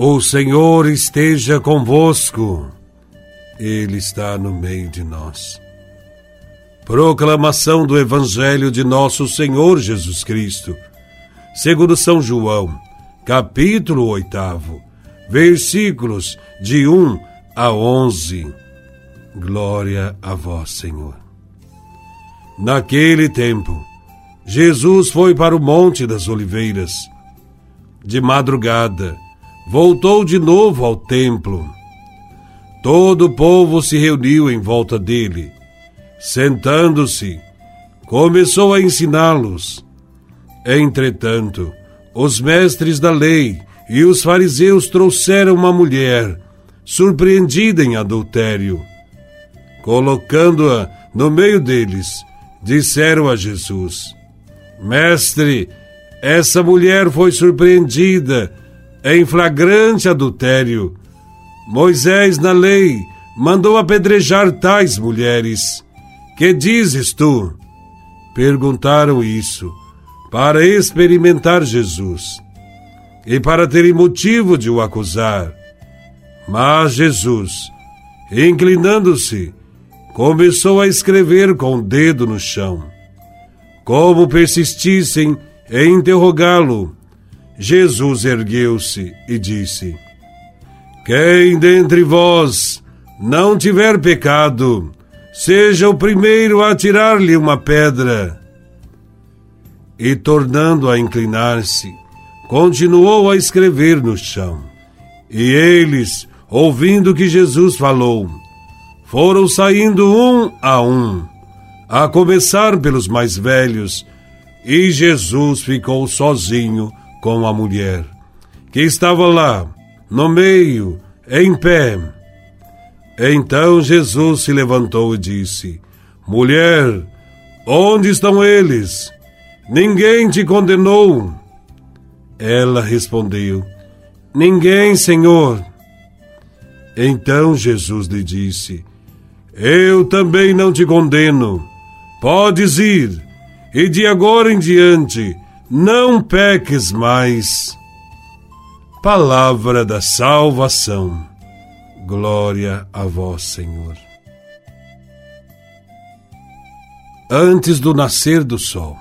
O Senhor esteja convosco. Ele está no meio de nós. Proclamação do Evangelho de nosso Senhor Jesus Cristo, segundo São João, capítulo 8, versículos de 1 a 11. Glória a vós, Senhor. Naquele tempo, Jesus foi para o Monte das Oliveiras. De madrugada, voltou de novo ao templo. Todo o povo se reuniu em volta dele. Sentando-se, começou a ensiná-los. Entretanto, os mestres da lei e os fariseus trouxeram uma mulher, surpreendida em adultério. Colocando-a no meio deles, disseram a Jesus: Mestre, essa mulher foi surpreendida em flagrante adultério. Moisés, na lei, mandou apedrejar tais mulheres. Que dizes tu? Perguntaram isso para experimentar Jesus e para terem motivo de o acusar. Mas Jesus, inclinando-se, começou a escrever com o dedo no chão. Como persistissem em interrogá-lo, Jesus ergueu-se e disse: Quem dentre vós não tiver pecado, seja o primeiro a atirar-lhe uma pedra. E, tornando a inclinar-se, continuou a escrever no chão. E eles, ouvindo que Jesus falou, foram saindo um, a começar pelos mais velhos, e Jesus ficou sozinho com a mulher, que estava lá, no meio, em pé. Então Jesus se levantou e disse: Mulher, onde estão eles? Ninguém te condenou? Ela respondeu: Ninguém, Senhor. Então Jesus lhe disse: Eu também não te condeno. Podes ir, e de agora em diante não peques mais. Palavra da salvação. Glória a vós, Senhor. Antes do nascer do sol,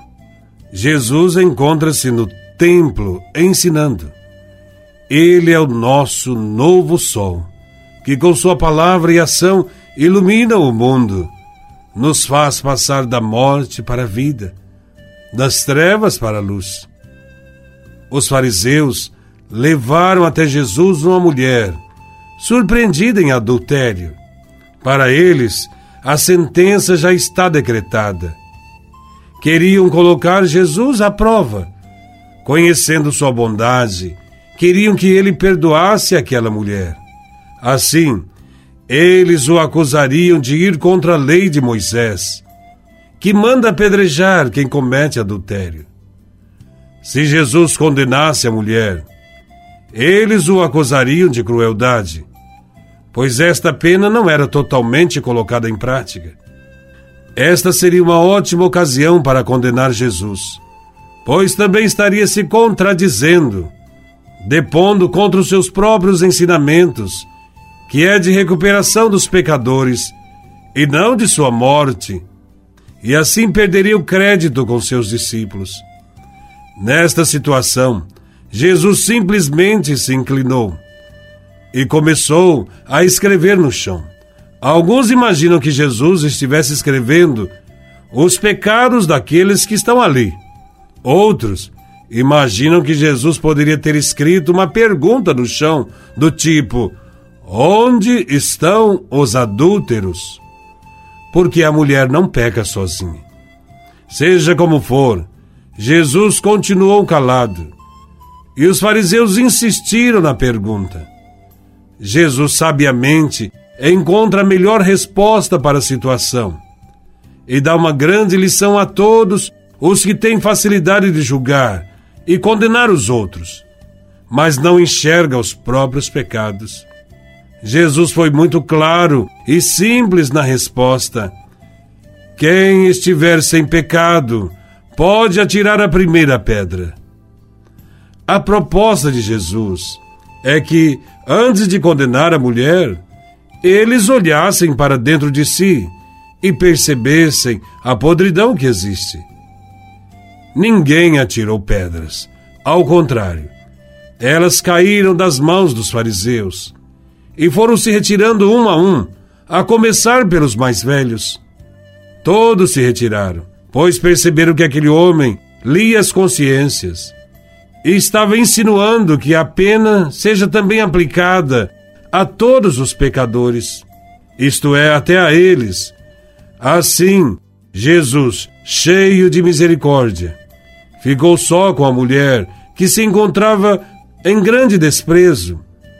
Jesus encontra-se no templo ensinando. Ele é o nosso novo sol, que com sua palavra e ação ilumina o mundo, nos faz passar da morte para a vida, das trevas para a luz. Os fariseus levaram até Jesus uma mulher, surpreendida em adultério. Para eles, a sentença já está decretada. Queriam colocar Jesus à prova. Conhecendo sua bondade, queriam que ele perdoasse aquela mulher. Assim, eles o acusariam de ir contra a lei de Moisés, que manda apedrejar quem comete adultério. Se Jesus condenasse a mulher, eles o acusariam de crueldade, pois esta pena não era totalmente colocada em prática. Esta seria uma ótima ocasião para condenar Jesus, pois também estaria se contradizendo, depondo contra os seus próprios ensinamentos, que é de recuperação dos pecadores e não de sua morte, e assim perderia o crédito com seus discípulos. Nesta situação, Jesus simplesmente se inclinou e começou a escrever no chão. Alguns imaginam que Jesus estivesse escrevendo os pecados daqueles que estão ali. Outros imaginam que Jesus poderia ter escrito uma pergunta no chão, do tipo: Onde estão os adúlteros? Porque a mulher não peca sozinha. Seja como for, Jesus continuou calado, e os fariseus insistiram na pergunta. Jesus sabiamente encontra a melhor resposta para a situação e dá uma grande lição a todos os que têm facilidade de julgar e condenar os outros, mas não enxerga os próprios pecados. Jesus foi muito claro e simples na resposta. Quem estiver sem pecado, pode atirar a primeira pedra. A proposta de Jesus é que, antes de condenar a mulher, eles olhassem para dentro de si e percebessem a podridão que existe. Ninguém atirou pedras. Ao contrário, elas caíram das mãos dos fariseus e foram se retirando um, a começar pelos mais velhos. Todos se retiraram, pois perceberam que aquele homem lia as consciências e estava insinuando que a pena seja também aplicada a todos os pecadores, isto é, até a eles. Assim, Jesus, cheio de misericórdia, ficou só com a mulher que se encontrava em grande desprezo.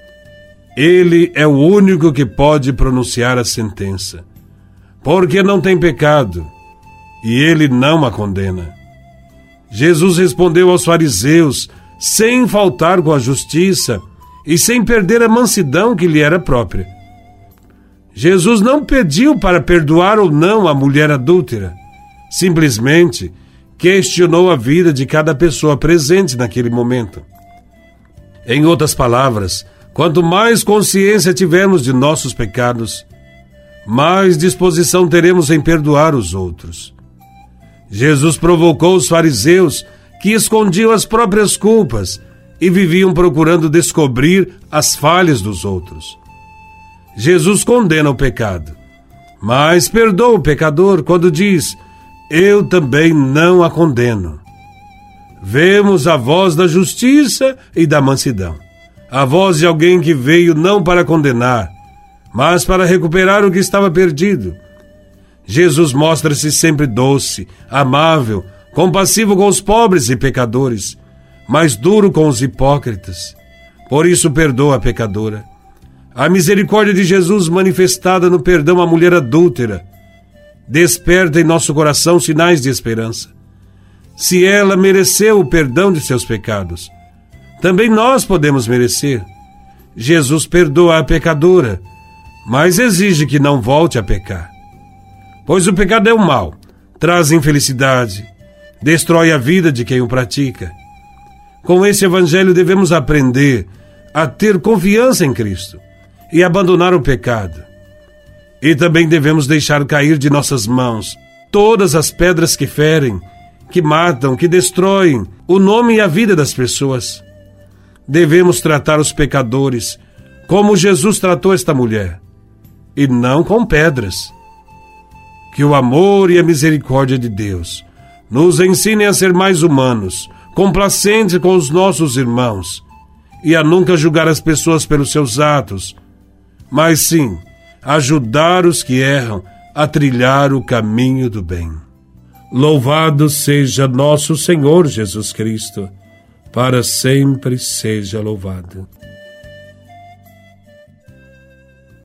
Ele é o único que pode pronunciar a sentença, porque não tem pecado, e ele não a condena. Jesus respondeu aos fariseus sem faltar com a justiça e sem perder a mansidão que lhe era própria. Jesus não pediu para perdoar ou não a mulher adúltera. Simplesmente questionou a vida de cada pessoa presente naquele momento. Em outras palavras, quanto mais consciência tivermos de nossos pecados, mais disposição teremos em perdoar os outros. Jesus provocou os fariseus que escondiam as próprias culpas e viviam procurando descobrir as falhas dos outros. Jesus condena o pecado, mas perdoa o pecador quando diz: eu também não a condeno. Vemos a voz da justiça e da mansidão, a voz de alguém que veio não para condenar, mas para recuperar o que estava perdido. Jesus mostra-se sempre doce, amável, compassivo com os pobres e pecadores, mas duro com os hipócritas. Por isso perdoa a pecadora. A misericórdia de Jesus manifestada no perdão à mulher adúltera desperta em nosso coração sinais de esperança. Se ela mereceu o perdão de seus pecados, também nós podemos merecer. Jesus perdoa a pecadora, mas exige que não volte a pecar. Pois o pecado é o mal, traz infelicidade, destrói a vida de quem o pratica. Com esse evangelho devemos aprender a ter confiança em Cristo e abandonar o pecado. E também devemos deixar cair de nossas mãos todas as pedras que ferem, que matam, que destroem o nome e a vida das pessoas. Devemos tratar os pecadores como Jesus tratou esta mulher, e não com pedras. Que o amor e a misericórdia de Deus nos ensinem a ser mais humanos, complacentes com os nossos irmãos, e a nunca julgar as pessoas pelos seus atos, mas sim ajudar os que erram a trilhar o caminho do bem. Louvado seja nosso Senhor Jesus Cristo, para sempre seja louvado.